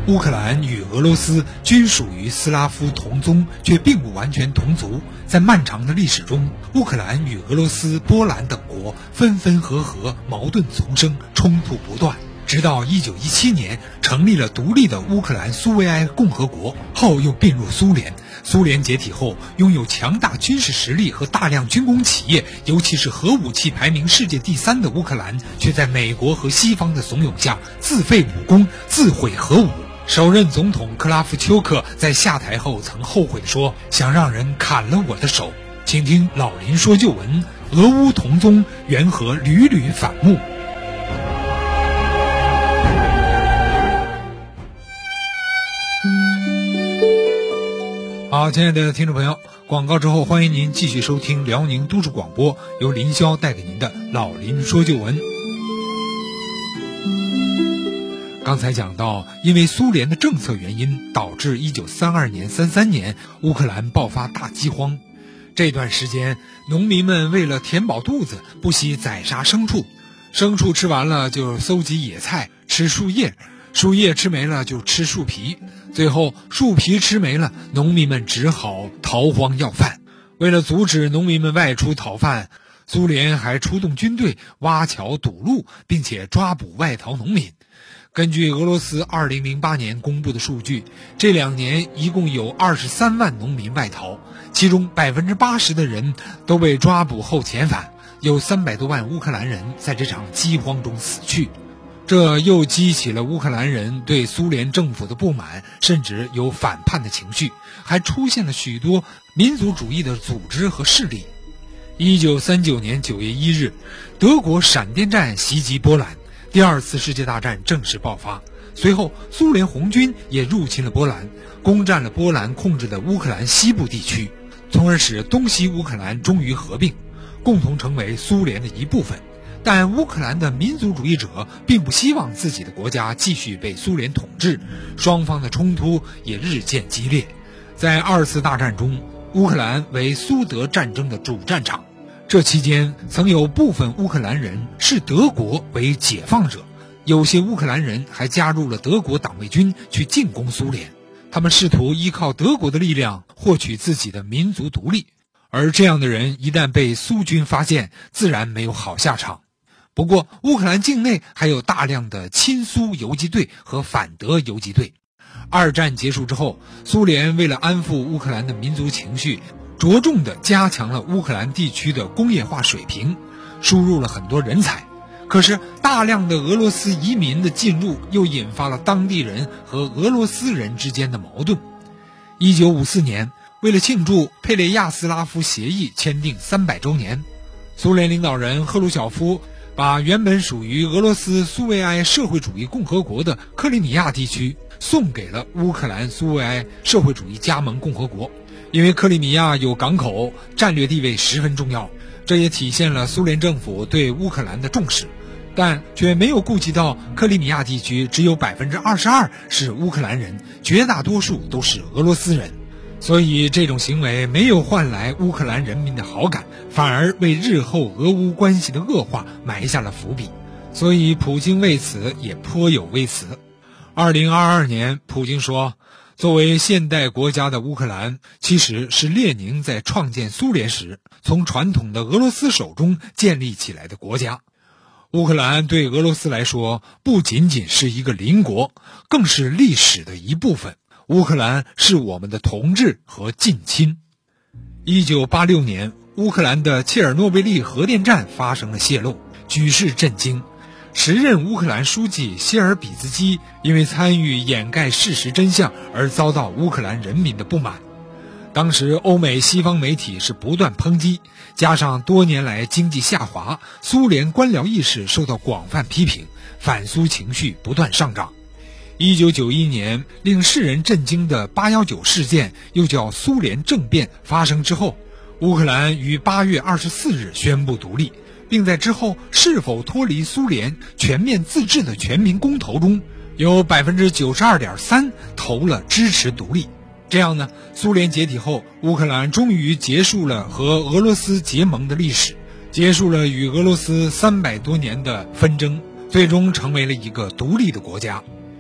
乌克兰与俄罗斯均属于斯拉夫同宗，却并不完全同族。在漫长的历史中，乌克兰与俄罗斯、波兰等国分分合合，矛盾丛生，冲突不断。直到1917年成立了独立的乌克兰苏维埃共和国，后又并入苏联。苏联解体后，拥有强大军事实力和大量军工企业，尤其是核武器排名世界第3的乌克兰，却在美国和西方的怂恿下自废武功，自毁核武。首任总统克拉夫丘克在下台后曾后悔地说：“想让人砍了我的手。”请听老林说旧闻，俄乌同宗，缘何屡屡反目？好，亲爱的听众朋友，广告之后欢迎您继续收听辽宁都市广播，由林霄带给您的老林说旧闻。刚才讲到，因为苏联的政策原因，导致1932年、33年乌克兰爆发大饥荒。这段时间，农民们为了填饱肚子，不惜宰杀牲畜，牲畜吃完了就搜集野菜，吃树叶，树叶吃没了就吃树皮，最后树皮吃没了，农民们只好逃荒要饭。为了阻止农民们外出讨饭，苏联还出动军队挖桥堵路，并且抓捕外逃农民。根据俄罗斯2008年公布的数据，这2年一共有23万农民外逃，其中80%的人都被抓捕后遣返，有300多万乌克兰人在这场饥荒中死去。这又激起了乌克兰人对苏联政府的不满，甚至有反叛的情绪，还出现了许多民族主义的组织和势力。1939年9月1日，德国闪电战袭击波兰，第2次世界大战正式爆发。随后，苏联红军也入侵了波兰，攻占了波兰控制的乌克兰西部地区，从而使东西乌克兰终于合并，共同成为苏联的一部分。但乌克兰的民族主义者并不希望自己的国家继续被苏联统治，双方的冲突也日渐激烈。在2次大战中，乌克兰为苏德战争的主战场，这期间曾有部分乌克兰人视德国为解放者，有些乌克兰人还加入了德国党卫军去进攻苏联，他们试图依靠德国的力量获取自己的民族独立，而这样的人一旦被苏军发现，自然没有好下场。不过乌克兰境内还有大量的亲苏游击队和反德游击队。2战结束之后，苏联为了安抚乌克兰的民族情绪，着重地加强了乌克兰地区的工业化水平，输入了很多人才。可是大量的俄罗斯移民的进入又引发了当地人和俄罗斯人之间的矛盾。1954年，为了庆祝佩列亚斯拉夫协议签订300周年，苏联领导人赫鲁晓夫把原本属于俄罗斯苏维埃社会主义共和国的克里米亚地区送给了乌克兰苏维埃社会主义加盟共和国。因为克里米亚有港口，战略地位十分重要，这也体现了苏联政府对乌克兰的重视，但却没有顾及到克里米亚地区只有22%是乌克兰人，绝大多数都是俄罗斯人。所以这种行为没有换来乌克兰人民的好感，反而为日后俄乌关系的恶化埋下了伏笔。所以普京为此也颇有微词。2022年，普京说，作为现代国家的乌克兰，其实是列宁在创建苏联时从传统的俄罗斯手中建立起来的国家。乌克兰对俄罗斯来说，不仅仅是一个邻国，更是历史的一部分。乌克兰是我们的同志和近亲。1986年，乌克兰的切尔诺贝利核电站发生了泄漏，举世震惊。时任乌克兰书记谢尔比兹基因为参与掩盖事实真相而遭到乌克兰人民的不满。当时欧美西方媒体是不断抨击，加上多年来经济下滑，苏联官僚意识受到广泛批评，反苏情绪不断上涨。1991年，令世人震惊的819事件，又叫苏联政变发生之后，乌克兰于8月24日宣布独立，并在之后是否脱离苏联全面自治的全民公投中，有 92.3% 投了支持独立。这样呢，苏联解体后，乌克兰终于结束了和俄罗斯结盟的历史，结束了与俄罗斯300多年的纷争，最终成为了一个独立的国家。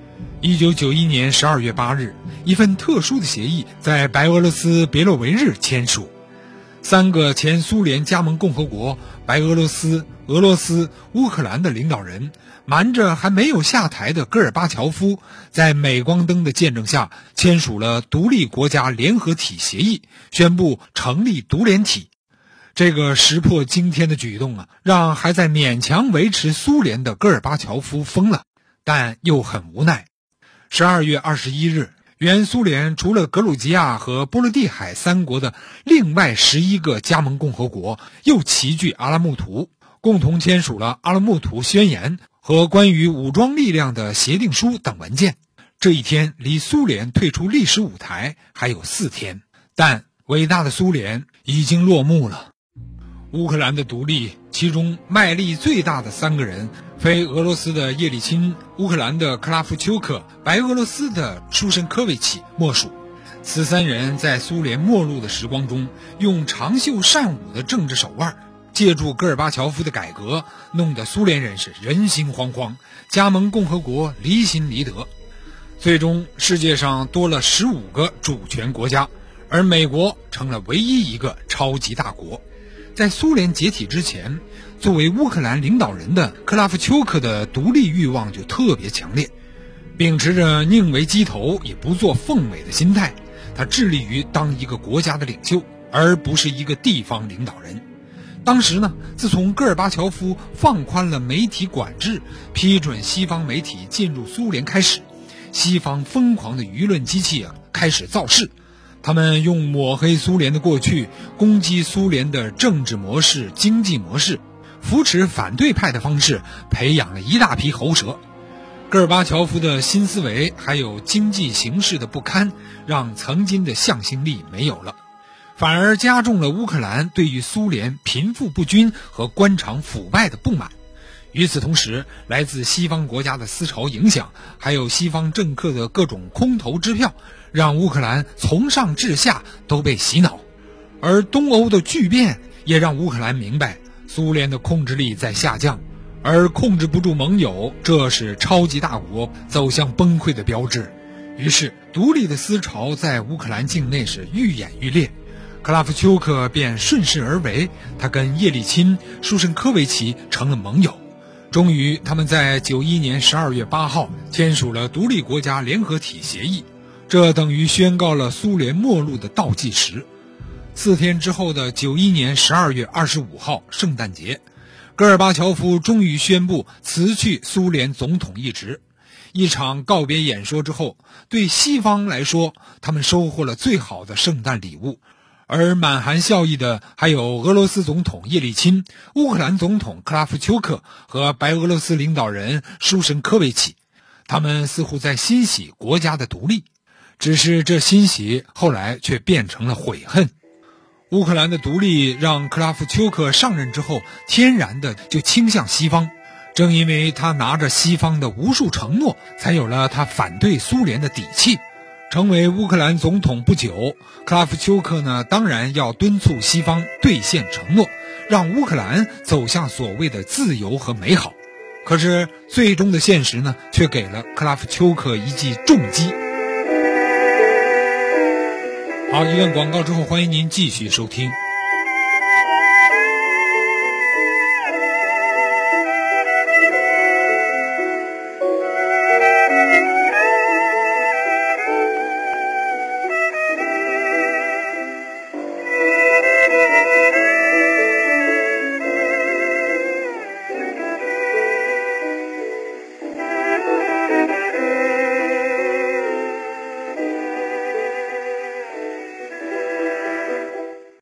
1991年12月8日，一份特殊的协议在白俄罗斯别洛维日签署。3个前苏联加盟共和国白俄罗斯、俄罗斯、乌克兰的领导人，瞒着还没有下台的戈尔巴乔夫，在镁光灯的见证下签署了独立国家联合体协议，宣布成立独联体。这个石破惊天的举动让还在勉强维持苏联的戈尔巴乔夫疯了，但又很无奈。12月21日，原苏联除了格鲁吉亚和波罗的海3国的另外11个加盟共和国又齐聚阿拉木图，共同签署了阿拉木图宣言和关于武装力量的协定书等文件。这一天离苏联退出历史舞台还有4天，但伟大的苏联已经落幕了。乌克兰的独立，其中卖力最大的3个人非俄罗斯的叶利钦、乌克兰的克拉夫丘克、白俄罗斯的舒申科维奇莫属。此3人在苏联没落的时光中，用长袖善舞的政治手腕，借助戈尔巴乔夫的改革，弄得苏联人是人心惶惶，加盟共和国离心离德。最终世界上多了15个主权国家，而美国成了唯一一个超级大国。在苏联解体之前，作为乌克兰领导人的克拉夫丘克的独立欲望就特别强烈，秉持着宁为鸡头也不做凤尾的心态，他致力于当一个国家的领袖，而不是一个地方领导人。当时呢，自从戈尔巴乔夫放宽了媒体管制，批准西方媒体进入苏联开始，西方疯狂的舆论机器开始造势。他们用抹黑苏联的过去，攻击苏联的政治模式、经济模式，扶持反对派的方式，培养了一大批喉舌。戈尔巴乔夫的新思维还有经济形势的不堪，让曾经的向心力没有了，反而加重了乌克兰对于苏联贫富不均和官场腐败的不满。与此同时，来自西方国家的思潮影响，还有西方政客的各种空头支票，让乌克兰从上至下都被洗脑。而东欧的巨变也让乌克兰明白，苏联的控制力在下降，而控制不住盟友，这是超级大国走向崩溃的标志。于是独立的思潮在乌克兰境内是愈演愈烈，克拉夫丘克便顺势而为，他跟叶利钦、舒申科维奇成了盟友。终于他们在91年12月8号签署了独立国家联合体协议，这等于宣告了苏联末路的倒计时。4天之后的91年12月25号圣诞节，戈尔巴乔夫终于宣布辞去苏联总统一职。一场告别演说之后，对西方来说，他们收获了最好的圣诞礼物。而满含笑意的还有俄罗斯总统叶利钦、乌克兰总统克拉夫丘克和白俄罗斯领导人舒申科维奇。他们似乎在欣喜国家的独立，只是这欣喜后来却变成了悔恨。乌克兰的独立让克拉夫丘克上任之后天然的就倾向西方，正因为他拿着西方的无数承诺，才有了他反对苏联的底气。成为乌克兰总统不久，克拉夫丘克呢，当然要敦促西方兑现承诺，让乌克兰走向所谓的自由和美好。可是最终的现实呢，却给了克拉夫丘克一记重击。好，一段广告之后，欢迎您继续收听。